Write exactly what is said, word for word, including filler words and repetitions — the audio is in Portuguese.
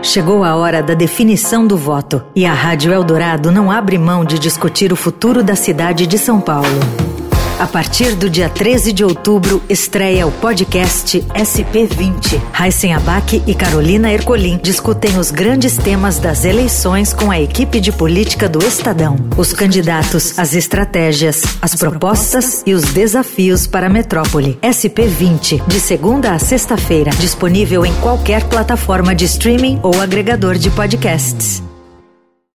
Chegou a hora da definição do voto e a Rádio Eldorado não abre mão de discutir o futuro da cidade de São Paulo. A partir do dia treze de outubro, estreia o podcast S P vinte. Raíssen Abac e Carolina Ercolim discutem os grandes temas das eleições com a equipe de política do Estadão. Os candidatos, as estratégias, as propostas e os desafios para a metrópole. S P vinte, de segunda a sexta-feira, disponível em qualquer plataforma de streaming ou agregador de podcasts.